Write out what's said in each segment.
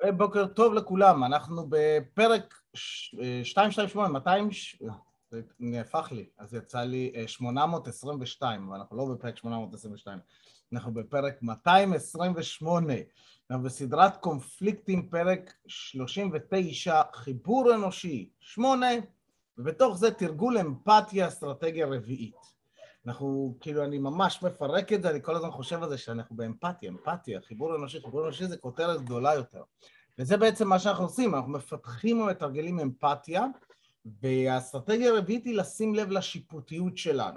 בוקר טוב לכולם, אנחנו בפרק 228, 200, זה נהפך לי, אז יצא לי 822, אבל אנחנו לא בפרק 822, אנחנו בפרק 228, אנחנו בסדרת קונפליקטים, פרק 39, חיבור אנושי, 8, ובתוך זה תרגול אמפתיה, אסטרטגיה רביעית. אנחנו, כאילו, אני ממש מפרק את זה, אני כל הזמן חושב על זה שאנחנו באמפתיה, אמפתיה, חיבור אנושי זה כותרת גדולה יותר. וזה בעצם מה שאנחנו עושים, אנחנו מפתחים ומתרגלים אמפתיה, והאסטרטגיה הרביעית היא לשים לב לשיפוטיות שלנו.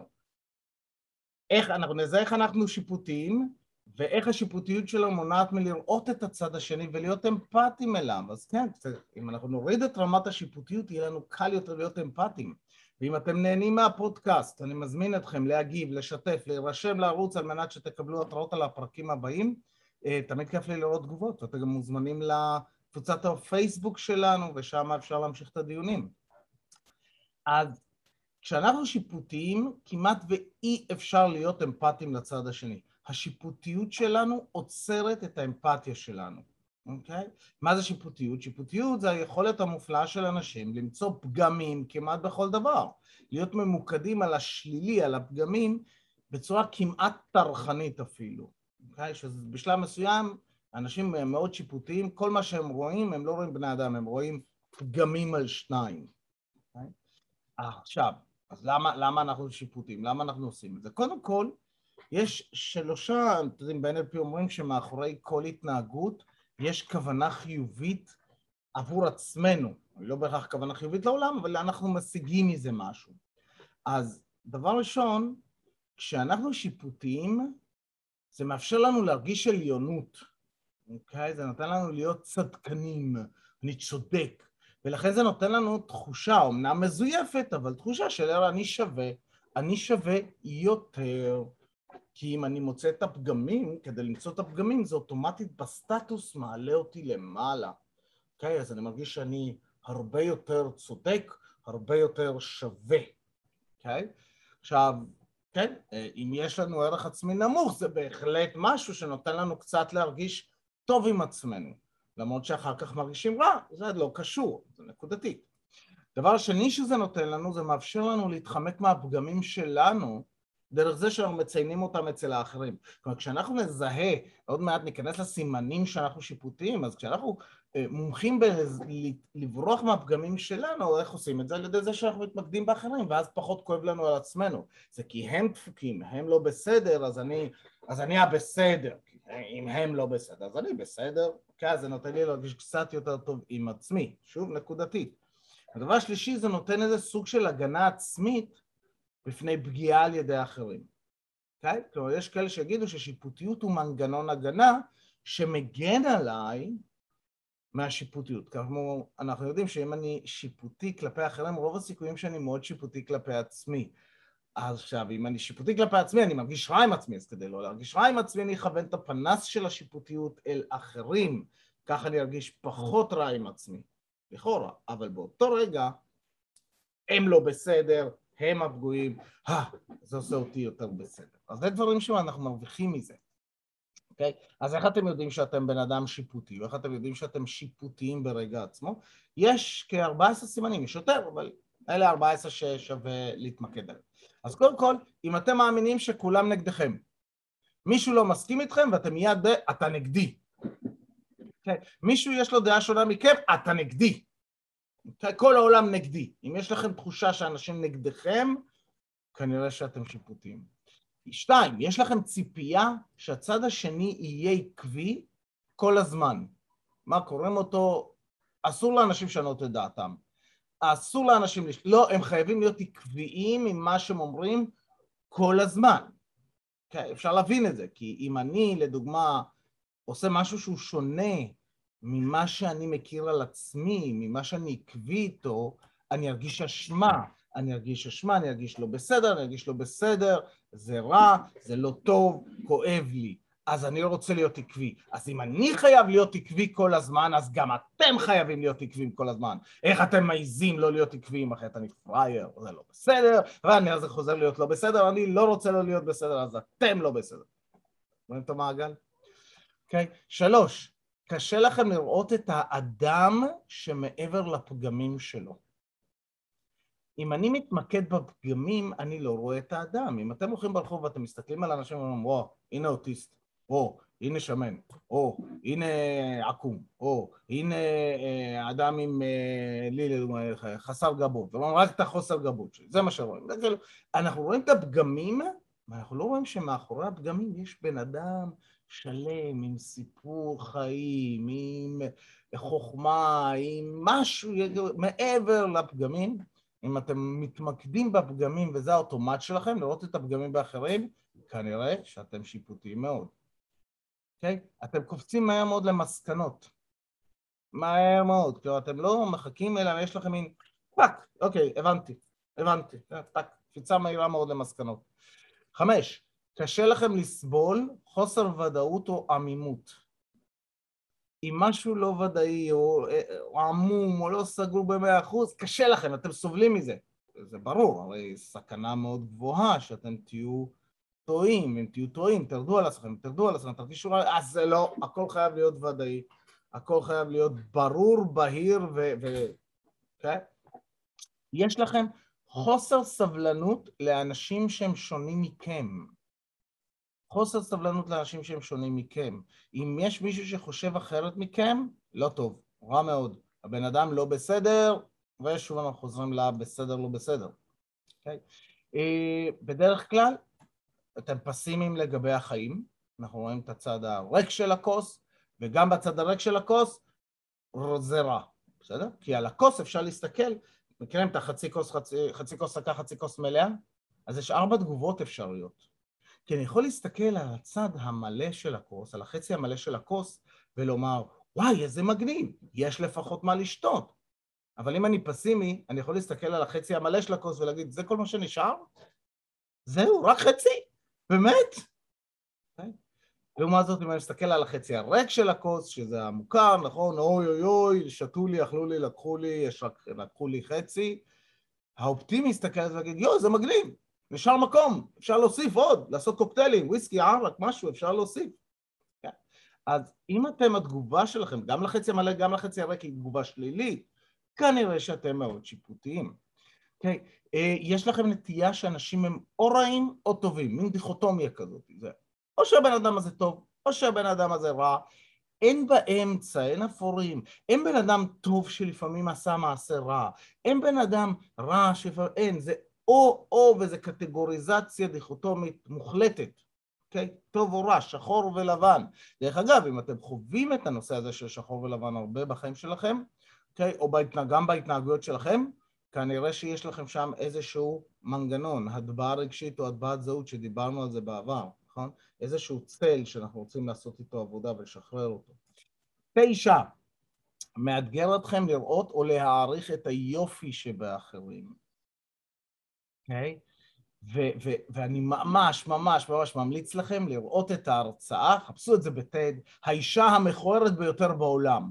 אנחנו נזהה איך אנחנו שיפוטיים, ואיך השיפוטיות שלנו מונעת מלראות את הצד השני ולהיות אמפתיים אליו. אז כן, אם אנחנו נוריד את רמת השיפוטיות, יהיה לנו קל יותר להיות אמפתיים. ואם אתם נהנים מהפודקאסט, אני מזמין אתכם להגיב, לשתף, להירשם לערוץ על מנת שתקבלו התראות על הפרקים הבאים. תמיד כיף לי לראות תגובות, אתם גם מוזמנים לקבוצת הפייסבוק שלנו, ושם אפשר להמשיך את הדיונים. אז כשאנחנו שיפוטיים, כמעט ואי אפשר להיות אמפתיים לצד השני. השיפוטיות שלנו עוצרת את האמפתיה שלנו, אוקיי? מה זה שיפוטיות? שיפוטיות זה היכולת המופלאה של אנשים למצוא פגמים כמעט בכל דבר, להיות ממוקדים על השלילי, על הפגמים, בצורה כמעט טרחנית אפילו, אוקיי? שבשלב מסוים אנשים מאוד שיפוטיים, כל מה שהם רואים, הם לא רואים בני אדם, הם רואים פגמים על שניים, אוקיי? עכשיו, אז למה אנחנו שיפוטיים? למה אנחנו עושים את זה? קודם כל, יש שלושה, אתם יודעים, ב-NLP אומרים שמאחורי כל התנהגות יש כוונה חיובית עבור עצמנו. לא בהכרח כוונה חיובית לעולם, אבל אנחנו משיגים מזה משהו. אז דבר ראשון, כשאנחנו שיפוטיים, זה מאפשר לנו להרגיש עליונות. אוקיי? זה נותן לנו להיות צדקנים, אני צודק. ולכן זה נותן לנו תחושה, אומנם מזויפת, אבל תחושה של אני שווה יותר. כי אם אני מוצא את הפגמים, כדי למצוא את הפגמים, זה אוטומטית בסטטוס מעלה אותי למעלה. אוקיי? אז אני מרגיש שאני הרבה יותר צודק, הרבה יותר שווה. אוקיי? עכשיו, כן, אם יש לנו ערך עצמי נמוך, זה בהחלט משהו שנותן לנו קצת להרגיש טוב עם עצמנו. למרות שאחר כך מרגישים רע, זה לא קשור, זה נקודתי. דבר שני שזה נותן לנו, זה מאפשר לנו להתחמק מהפגמים שלנו, דרך זה שאנחנו מציינים אותם אצל האחרים. כלומר, כשאנחנו נזהה, עוד מעט ניכנס לסימנים שאנחנו שיפוטיים, אז כשאנחנו מומחים לברוח מהפגמים שלנו, איך עושים את זה? על ידי זה שאנחנו מתמקדים באחרים, ואז פחות כואב לנו על עצמנו. זה כי הם דפוקים, הם לא בסדר, אז אני הבסדר. אם הם לא בסדר, אז אני בסדר. אוקיי, אז זה נותן לי להרגיש קצת יותר טוב עם עצמי. שוב, נקודתית. הדבר השלישי, זה נותן איזה סוג של הגנה עצמית בפני פגיעה על ידי אחרים. אוקיי? כלומר, יש כאלה שיגידו ששיפוטיות הוא מנגנון הגנה שמגן עליי מהשיפוטיות. כמו אנחנו יודעים שאם אני שיפוטי כלפי אחרים, רוב הסיכויים שאני מאוד שיפוטי כלפי עצמי. אז עכשיו, אם אני שיפוטי כלפי עצמי, אני מרגיש רע עם עצמי, אז כדי לא להרגיש רע עם עצמי, אני אכוון את הפנס של השיפוטיות אל אחרים, ככה אני ארגיש פחות רע עם עצמי, לכאורה, אבל באותו רגע, הם לא בסדר, הם הפגועים, זה עושה אותי יותר בסדר. אז זה דברים שאנחנו מרוויחים מזה. אוקיי? אז איך אתם יודעים שאתם בן אדם שיפוטי, ואיך אתם יודעים שאתם שיפוטיים ברגע עצמו? יש כ-14 סימנים, יש יותר, אבל אלה 14 ששווה להתמקד עליהם. אז קודם כל, אם אתם מאמינים שכולם נגדכם, מישהו לא מסכים איתכם ואתם מיד אתה נגדי. אוקיי? מישהו יש לו דעה שונה מכם, אתה נגדי. אוקיי? כל העולם נגדי. אם יש לכם תחושה שאנשים נגדכם, כנראה שאתם שיפוטיים. 2, יש לכם ציפייה שהצד השני יהיה עקבי כל הזמן. מה קוראים אותו? אסור לאנשים לשנות את דעתם. אסור לאנשים, לא, הם חייבים להיות עקביים עם מה שהם אומרים כל הזמן. Okay, אפשר להבין את זה, כי אם אני, לדוגמה, עושה משהו שהוא שונה ממה שאני מכיר על עצמי, ממה שאני עקבי איתו, אני ארגיש אשמה. אני ארגיש לא בסדר, זה רע, זה לא טוב, כואב לי. אז אני לא רוצה להיות עקבי. אז אם אני חייב להיות עקבי כל הזמן, אז גם אתם חייבים להיות עקביים כל הזמן. איך אתם מעיזים לא להיות עקביים? אחרת אני פרייר, זה לא בסדר, ואני אז חוזר להיות לא בסדר, אני לא רוצה לא להיות בסדר, אז אתם לא בסדר. רואים את המעגל? אוקיי? 3, קשה לכם לראות את האדם שמעבר לפגמים שלו. אם אני מתמקד בפגמים, אני לא רואה את האדם. אם אתם הולכים ברחוב ואתם מסתכלים על אנשים ואומרים, וואו, הנה אוטיסט, או, הנה שמן, או, הנה עקום, או, הנה אדם עם חסר גבות, ואומרים רק את החוסר גבות שלי, זה מה שרואים. אנחנו רואים את הפגמים, ואנחנו לא רואים שמאחורי הפגמים יש בן אדם שלם, עם סיפור חיים, עם חוכמה, עם משהו מעבר לפגמים. אם אתם מתמקדים בפגמים וזה האוטומט שלכם, לראות את הפגמים באחרים, כנראה שאתם שיפוטיים מאוד. אוקיי? אתם קופצים מהר מאוד למסקנות. מהר מאוד. כי אתם לא מחכים אלא יש לכם מין, פאק, אוקיי, הבנתי. פאק, קפיצה מהירה מאוד למסקנות. 5. קשה לכם לסבול חוסר ודאות או עמימות. אם משהו לא ודאי או עמום או לא סגור ב100%, קשה לכם, אתם סובלים מזה. זה ברור, הרי סכנה מאוד גבוהה שאתם תהיו טועים. אם תהיו טועים, תרדו על עצמכם, תרגישו, אז זה לא, הכל חייב להיות ודאי, הכל חייב להיות ברור, בהיר כן? יש לכם חוסר סבלנות לאנשים שהם שונים מכם. חוסר סבלנות לאנשים שהם שונים מכם. אם יש מישהו שחושב אחרת מכם, לא טוב, רע מאוד. הבן אדם לא בסדר, ושוב אנחנו חוזרים לבסדר לא בסדר. Okay? בדרך כלל, אתם פסימיים לגבי החיים, אנחנו רואים את הצד הריק של הכוס, וגם בצד הריק של הכוס, זה רע, בסדר? כי על הכוס אפשר להסתכל, מכירים את חצי כוס ריקה, חצי כוס מלאה? אז יש 4 תגובות אפשריות. כי אני יכול להסתכל על הצד המלא של הכוס, על החצי המלא של הכוס, ולומר, וואי, איזה מגניב, יש לפחות מה לשתות. אבל אם אני פסימי, אני יכול להסתכל על החצי המלא של הכוס ולהגיד, זה כל מה שנשאר? זהו, רק חצי? באמת? לעומת זאת, אם אני מסתכל על החצי הריק של הכוס, שזה המוכר, נכון, אוי אוי אוי, שתו לי, אכלו לי, לקחו לי חצי, האופטימי יסתכל על זה ויגיד, יו, זה מגניב. נשאר מקום, אפשר להוסיף עוד, לעשות קוקטיילים, וויסקי, ערק, משהו, אפשר להוסיף. כן? אז אם אתם, התגובה שלכם, גם לחצי המלא, גם לחצי הריק, היא תגובה שלילית, כנראה שאתם מאוד שיפוטיים. Okay? יש לכם נטייה שאנשים הם או רעים או טובים, מין דיכוטומיה כזאת. זה. או שהבן אדם הזה טוב, או שהבן אדם הזה רע. אין באמצע, אין אפורים. אין בן אדם טוב שלפעמים עשה מעשה רע. אין בן אדם רע שלפעמים, אין, זה או, וזה קטגוריזציה דיכוטומית מוחלטת, okay? טוב או רע, שחור ולבן. דרך אגב, אם אתם חווים את הנושא הזה של שחור ולבן הרבה בחיים שלכם, okay? או גם בהתנהגויות שלכם, כנראה שיש לכם שם איזשהו מנגנון, הטבעה רגשית או הטבעת זהות שדיברנו על זה בעבר, נכון? איזשהו צל שאנחנו רוצים לעשות איתו עבודה ולשחרר אותו. 9. מאתגר אתכם לראות או להעריך את היופי שבאחרים. אוקיי? ואני ממש ממליץ לכם לראות את ההרצאה, חפשו את זה בטד, האישה המכוערת ביותר בעולם.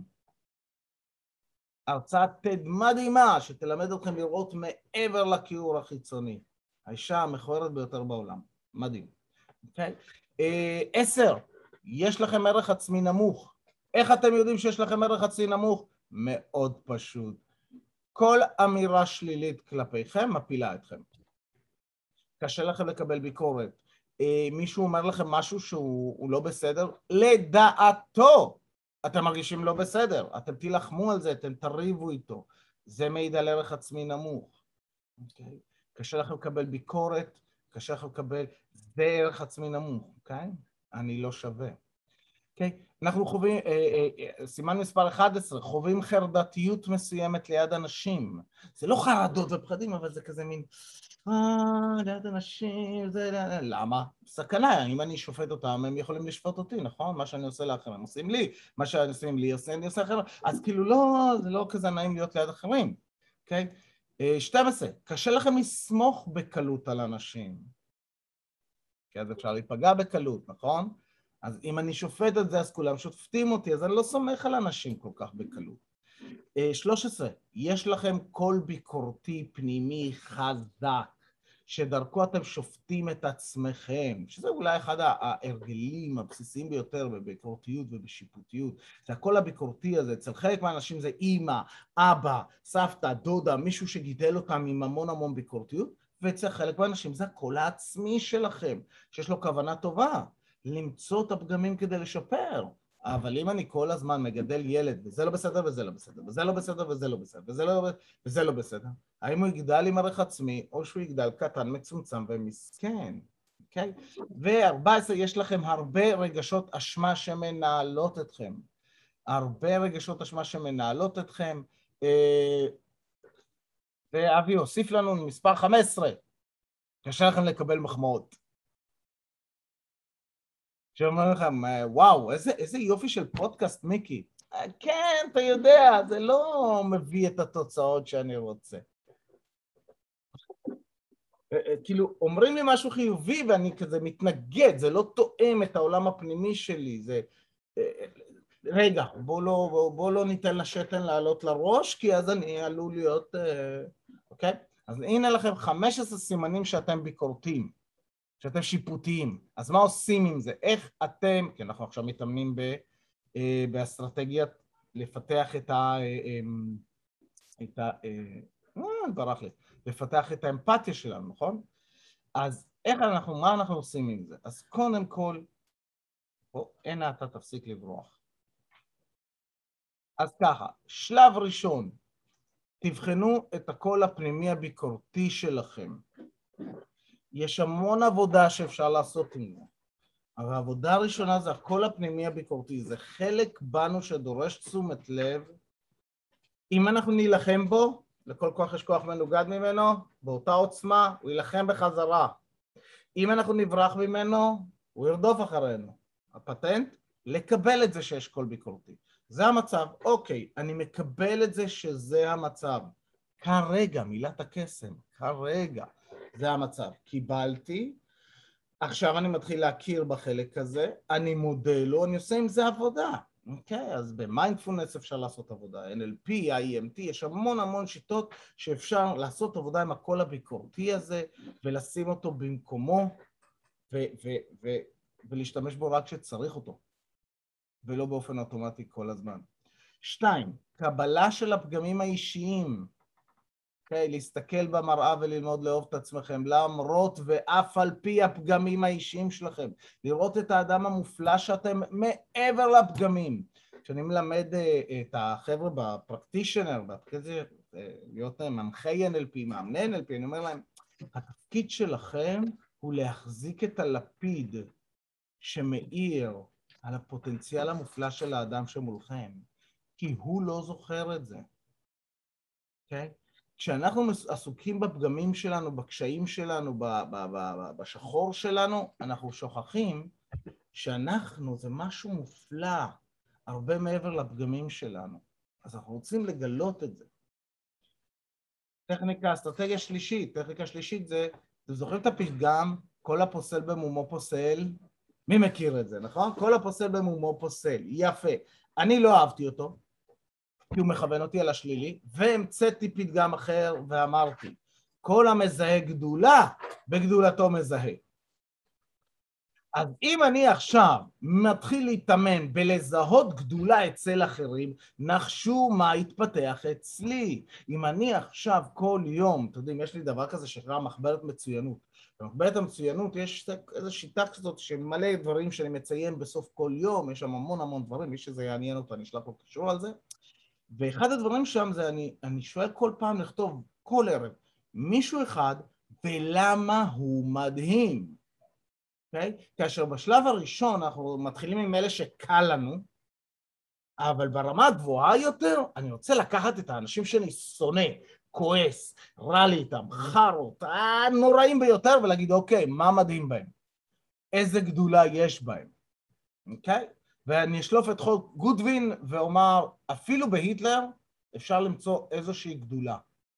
הרצאת טד מדהימה שתלמד אתכם לראות מעבר לכיעור החיצוני. האישה המכוערת ביותר בעולם. מדהים. אוקיי? 10. יש לכם ערך עצמי נמוך. איך אתם יודעים שיש לכם ערך עצמי נמוך? מאוד פשוט. כל אמירה שלילית כלפיכם מפילה אתכם. קשה לכם לקבל ביקורת. מישהו אומר לכם משהו שהוא לא בסדר, לדעתו אתם מרגישים לא בסדר, אתם תילחמו על זה, אתם תריבו איתו, זה מעיד על ערך עצמי נמוך. Okay? קשה לכם לקבל ביקורת, קשה לכם לקבל, זה ערך עצמי נמוך, אוקיי? אני לא שווה. אוקיי? אנחנו חווים, סימן מספר 11, חווים חרדתיות מסוימת ליד אנשים. זה לא חרדות ופחדים, אבל זה כזה מין, ליד אנשים, זה, למה? סכנה, אם אני שופט אותם, הם יכולים לשפוט אותי, נכון? מה שאני עושה לאחרים, הם עושים לי, מה שאני עושים לי, אני עושה אחרים, אז כאילו לא, זה לא כזה נעים להיות ליד אחרים, אוקיי? 12, קשה לכם לסמוך בקלות על אנשים. כי אז אפשר להיפגע בקלות, נכון? אז אם אני שופט את זה, אז כולם שופטים אותי, אז אני לא סומך על אנשים כל כך בקלות. 13, יש לכם קול ביקורתי פנימי חזק, שדרכו אתם שופטים את עצמכם, שזה אולי אחד ההרגלים הבסיסיים ביותר בביקורתיות ובשיפוטיות. זה הכל הביקורתי הזה, אצל חלק מהאנשים זה אמא, אבא, סבתא, דודה, מישהו שגידל אותם עם המון ביקורתיות, ואצל חלק מהאנשים זה הכל העצמי שלכם, שיש לו כוונה טובה, למצוא את הפגמים כדי לשפר. אבל אם אני כל הזמן מגדל ילד, וזה לא בסדר וזה לא בסדר, וזה לא בסדר וזה לא בסדר, וזה לא בסדר, האם הוא יגדל עם ערך עצמי, או שהוא יגדל קטן, מצומצם ומסכן, אוקיי? ו-14, יש לכם הרבה רגשות אשמה שמנהלות אתכם. הרבה רגשות אשמה שמנהלות אתכם. ואבי, הוסיף לנו מספר 15. קשה לכם לקבל מחמאות. שאומר לכם, וואו, איזה יופי של פודקאסט, מיקי. כן, אתה יודע, זה לא מביא את התוצאות שאני רוצה. כאילו, אומרים לי משהו חיובי ואני כזה מתנגד, זה לא תואם את העולם הפנימי שלי, זה... רגע, בוא לא ניתן לשתן לעלות לראש, כי אז אני עלול להיות... אוקיי? אז הנה לכם 15 סימנים שאתם ביקורתיים, שאתם שיפוטיים. אז מה עושים עם זה? איך אתם... כי אנחנו עכשיו מתאמנים באסטרטגיית לפתח ברח לי. לפתח את האמפתיה שלנו, נכון? אז מה אנחנו עושים עם זה? אז קודם כל, הנה אתה תפסיק לברוח. אז ככה, שלב ראשון, תבחנו את הקול הפנימי הביקורתי שלכם. יש המון עבודה שאפשר לעשות עם זה. אבל העבודה הראשונה זה הקול הפנימי הביקורתי, זה חלק בנו שדורש תשומת לב. אם אנחנו נילחם בו, לכל כוח יש כוח מנוגד ממנו, באותה עוצמה הוא ילחם בחזרה. אם אנחנו נברח ממנו, הוא ירדוף אחרינו. הפטנט, לקבל את זה שיש קול ביקורתי. זה המצב, אוקיי, אני מקבל את זה שזה המצב. כרגע, מילת הקסם, כרגע, זה המצב. קיבלתי, עכשיו אני מתחיל להכיר בחלק הזה, אני מודה לו, אני עושה עם זה עבודה. אוקיי, אז במיינדפולנס אפשר לעשות עבודה, NLP, IMT, יש המון שיטות שאפשר לעשות עבודה עם הקול הביקורתי הזה, ולשים אותו במקומו, ולהשתמש בו רק כשצריך אותו, ולא באופן אוטומטי כל הזמן. 2, קבלה של הפגמים האישיים, אוקיי, להסתכל במראה וללמוד לאהוב את עצמכם, למרות ואף על פי הפגמים האישיים שלכם, לראות את האדם המופלא שאתם מעבר לפגמים. כשאני מלמד את החבר'ה בפרקטישנר, להיות מנחי NLP, מאמני NLP, אני אומר להם, התפקיד שלכם הוא להחזיק את הלפיד שמאיר על הפוטנציאל המופלא של האדם שמולכם, כי הוא לא זוכר את זה. אוקיי? כשאנחנו עסוקים בפגמים שלנו, בקשיים שלנו, בשחור שלנו, אנחנו שוכחים שאנחנו, זה משהו מופלא, הרבה מעבר לפגמים שלנו. אז אנחנו רוצים לגלות את זה. אסטרטגיה שלישית זה, אתם זוכרים את הפתגם, כל הפוסל במומו פוסל? מי מכיר את זה, נכון? כל הפוסל במומו פוסל, יפה. אני לא אהבתי אותו, כי הוא מכוון אותי על השלילי, והמצאתי פתגם אחר ואמרתי, כל המזהה גדולה, בגדולתו מזהה. אז אם אני עכשיו מתחיל להתאמן בלזהות גדולה אצל אחרים, נחשו מה יתפתח אצלי. אם אני עכשיו כל יום, אתם יודעים, יש לי דבר כזה שנקרא מחברת מצוינות. במחברת המצוינות יש איזו שיטה כזאת שמלא דברים שאני מציין בסוף כל יום, יש שם המון דברים, מי שזה יעניין אותו, אני אשלח לו קישור על זה. ואחד הדברים שם זה, אני שואל כל פעם לכתוב, כל ערב, מישהו אחד, ולמה הוא מדהים. אוקיי? כאשר בשלב הראשון אנחנו מתחילים עם אלה שקל לנו, אבל ברמה הגבוהה יותר, אני רוצה לקחת את האנשים שאני שונא, כועס, רע לי איתם, חרות, נוראים ביותר, ולהגיד, אוקיי, מה מדהים בהם? איזה גדולה יש בהם? אוקיי? ואני אשלוף את חוק גודווין ואומר, אפילו בהיטלר אפשר למצוא איזושהי גדולה.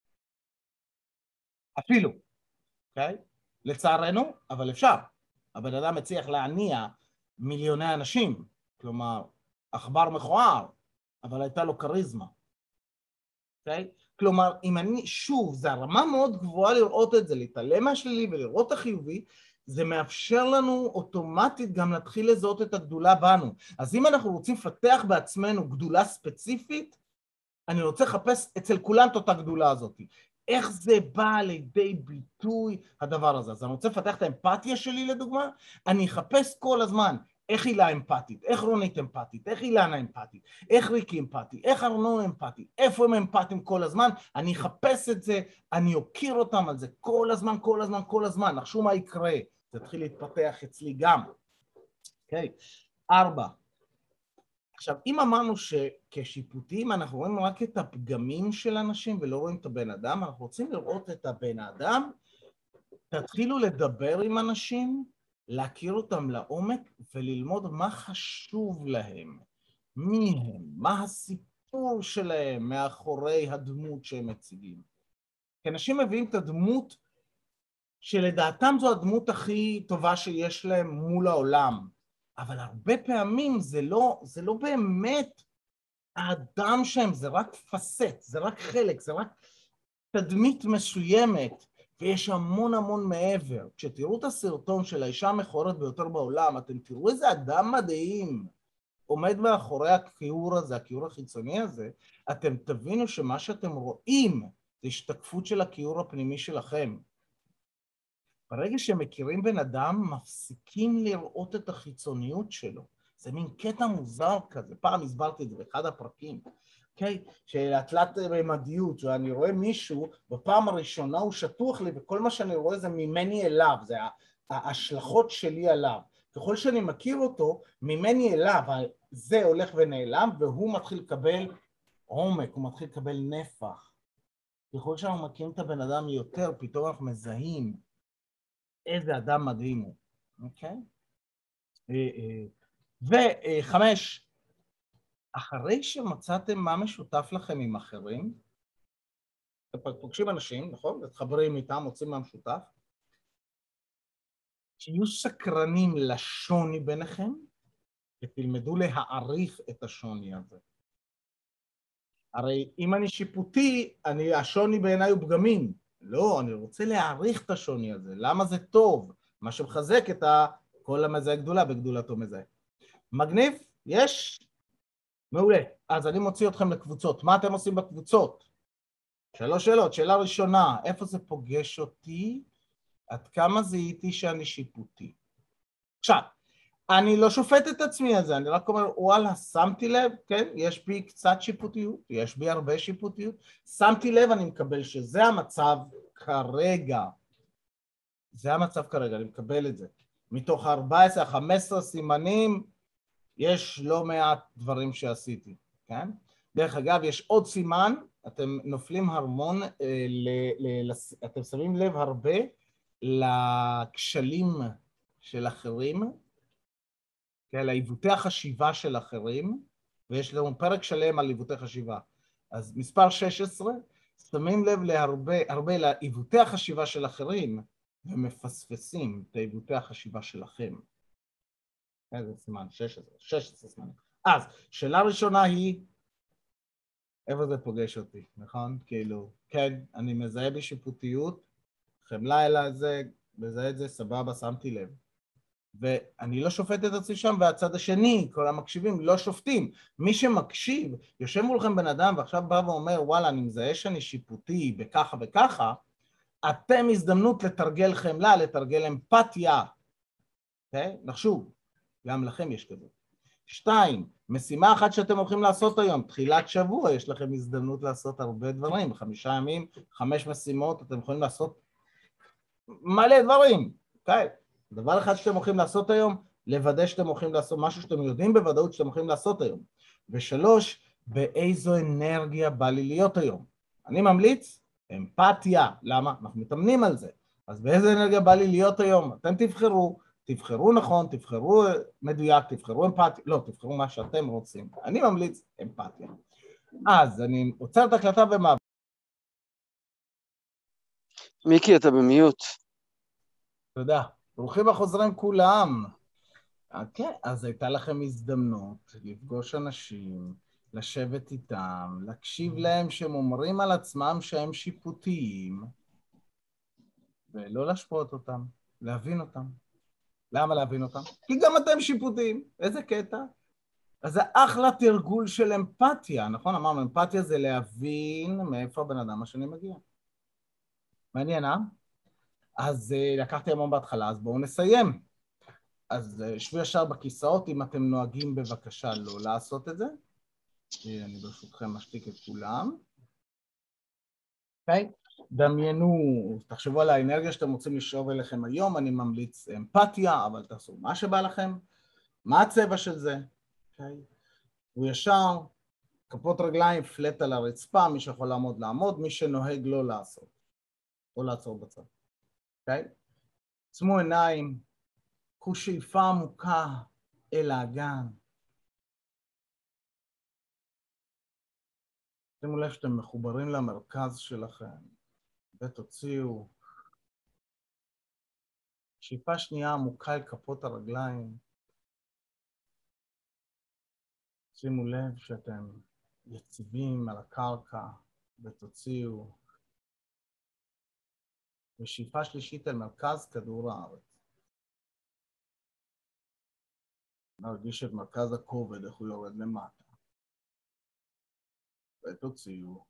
אפילו, אוקיי? לצערנו, אבל אפשר. הבן אדם מצליח להניע מיליוני אנשים, כלומר, עכבר מכוער, אבל הייתה לו קריזמה. אוקיי? כלומר, אם אני, שוב, זה הרמה מאוד גבוהה לראות את זה, להתעלם מהשלילי ולראות את החיובי, זה מאפשר לנו אוטומטית גם להתחיל לזהות את הגדולה בנו. אז אם אנחנו רוצים לפתח בעצמנו גדולה ספציפית, אני רוצה לחפש אצל כולם את אותה גדולה הזאת. איך זה בא לידי ביטוי הדבר הזה? אז אני רוצה לפתח את האמפתיה שלי לדוגמה, אני אחפש כל הזמן איך הילה אמפתית, איך רונית אמפתית, איך אילנה אמפתית, איך ריקי אמפתי, איך ארנון אמפתי, איפה הם אמפתיים כל הזמן, אני אחפש את זה, אני אוקיר אותם על זה כל הזמן, כל הזמן, כל הזמן, נחשו מה יקרה, זה התחיל להתפתח אצלי גם. אוקיי, 4. עכשיו, אם אמרנו שכשיפוטים אנחנו רואים רק את הפגמים של אנשים ולא רואים את הבן אדם, אנחנו רוצים לראות את הבן אדם, תתחילו לדבר עם אנשים, להכיר אותם לעומק וללמוד מה חשוב להם, מי הם, מה הסיפור שלהם מאחורי הדמות שהם מציגים. כי אנשים מביאים את הדמות שלדעתם זו הדמות הכי טובה שיש להם מול העולם, אבל הרבה פעמים זה לא באמת האדם שהם, זה רק פסט, זה רק חלק, זה רק תדמית מסוימת, ויש המון המון מעבר. כשתראו את הסרטון של האישה המכוערת ביותר בעולם, אתם תראו איזה אדם מדהים עומד מאחורי הכיעור הזה, הכיעור החיצוני הזה, אתם תבינו שמה שאתם רואים זה השתקפות של הכיעור הפנימי שלכם. ברגע שמכירים בן אדם, מפסיקים לראות את החיצוניות שלו. זה מין קטע מוזר כזה, פעם הסברתי את זה באחד הפרקים, אוקיי? של התלת ממדיות, שאני רואה מישהו, בפעם הראשונה הוא שטוח לי, וכל מה שאני רואה זה ממני אליו, זה ההשלכות שלי עליו. ככל שאני מכיר אותו, ממני אליו, זה הולך ונעלם, והוא מתחיל לקבל עומק, הוא מתחיל לקבל נפח. ככל שאנחנו מכירים את הבן אדם יותר, פתאום אנחנו מזהים איזה אדם מדהים הוא, אוקיי? 5, אחרי שמצאתם מה משותף לכם עם אחרים, אתם פוגשים אנשים, נכון? מתחברים איתם, מוצאים מה משותף, תהיו סקרנים לשוני ביניכם, ותלמדו להעריך את השוני הזה. הרי אם אני שיפוטי, השוני בעיניי הוא פגמים. לא, אני רוצה להעריך את השוני הזה. למה זה טוב? מה שמחזק את כל המזהה גדולה בגדולתו מזהה. מגניב? יש? מעולה. אז אני מוציא אתכם לקבוצות. מה אתם עושים בקבוצות? 3 שאלות. שאלה ראשונה, איפה זה פוגש אותי? עד כמה זיהיתי שאני שיפוטי? עכשיו, אני לא שופט את עצמי על זה, אני רק אומר, וואלה, שמתי לב, כן, יש בי קצת שיפוטיות, יש בי הרבה שיפוטיות, שמתי לב, אני מקבל שזה המצב כרגע. זה המצב כרגע, אני מקבל את זה. מתוך 14, 15 סימנים, יש לא מעט דברים שעשיתי, כן? דרך אגב, יש עוד סימן, אתם נופלים המון, אתם שמים לב הרבה לכשלים של אחרים, כן, לעיוותי החשיבה של אחרים, ויש לנו פרק שלם על עיוותי חשיבה. אז מספר 16, שמים לב הרבה לעיוותי החשיבה של אחרים, ומפספסים את עיוותי החשיבה שלכם. איזה סימן? 16 סימן. אז, שאלה ראשונה היא, איפה זה פוגש אותי, נכון? כאילו, כן, אני מזהה בשיפוטיות, חמלה אלה זה, מזהה את זה, סבבה, שמתי לב. ואני לא שופט את עצמי שם, והצד השני, כל המקשיבים, לא שופטים. מי שמקשיב, יושב מולכם בן אדם, ועכשיו בא ואומר, וואלה, אני מזהה שאני שיפוטי בככה וככה, אתם הזדמנות לתרגל חמלה, לתרגל אמפתיה. אוקיי? נחשוב, גם לכם יש כזה. 2, משימה אחת שאתם הולכים לעשות היום, תחילת שבוע, יש לכם הזדמנות לעשות הרבה דברים, 5 ימים, 5 משימות, אתם יכולים לעשות מלא דברים, אוקיי? דבר אחד שאתם הולכים לעשות היום, לוודא שאתם הולכים לעשות משהו שאתם יודעים בוודאות שאתם הולכים לעשות היום. 3, באיזו אנרגיה בא לי להיות היום. אני ממליץ, אמפתיה. למה? אנחנו מתאמנים על זה. אז באיזו אנרגיה בא לי להיות היום? אתם תבחרו נכון, תבחרו מדויק, תבחרו אמפתיה, לא, תבחרו מה שאתם רוצים. אני ממליץ אמפתיה. אז אני עוצר את הקלטה ומעבר. מיקי, אתה במיוט. תודה. ברוכים החוזרים כולם. אוקיי, אז הייתה לכם הזדמנות לפגוש אנשים, לשבת איתם, להקשיב להם שהם אומרים על עצמם שהם שיפוטיים, ולא להשפוט אותם, להבין אותם. למה להבין אותם? כי גם אתם שיפוטיים. איזה קטע? אז זה אחלה תרגול של אמפתיה, נכון? אמרנו, אמפתיה זה להבין מאיפה הבן אדם השני מגיע. מעניין, אה? אז לקחתי המון בהתחלה, אז בואו נסיים. אז שבו ישר בכיסאות, אם אתם נוהגים בבקשה לא לעשות את זה. אני ברשותכם משתיק את כולם. אוקיי? דמיינו, תחשבו על האנרגיה שאתם רוצים לשאוב אליכם היום, אני ממליץ אמפתיה, אבל תעשו מה שבא לכם. מה הצבע של זה? אוקיי? הוא ישר, כפות רגליים, פלט על הרצפה, מי שיכול לעמוד, מי שנוהג לא לעשות, או לעצור בצד. אוקיי? עצמו עיניים, קחו שאיפה עמוקה אל האגן. שימו לב שאתם מחוברים למרכז שלכם, ותוציאו. שאיפה שנייה עמוקה אל כפות הרגליים. שימו לב שאתם יציבים על הקרקע, ותוציאו. ושאיפה שלישית אל מרכז כדור הארץ. נרגיש את מרכז הכובד, איך הוא יורד למטה. ותוציאו.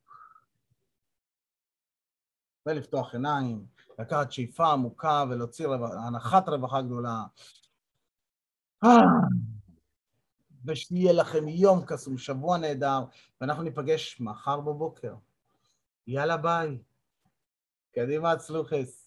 ולפתוח עיניים, לקחת שאיפה עמוקה ולהוציא הנחת רווחה גדולה. ושיהיה לכם יום קסום, שבוע נהדר, ואנחנו ניפגש מחר בבוקר. יאללה ביי. קדימה הצלוחס.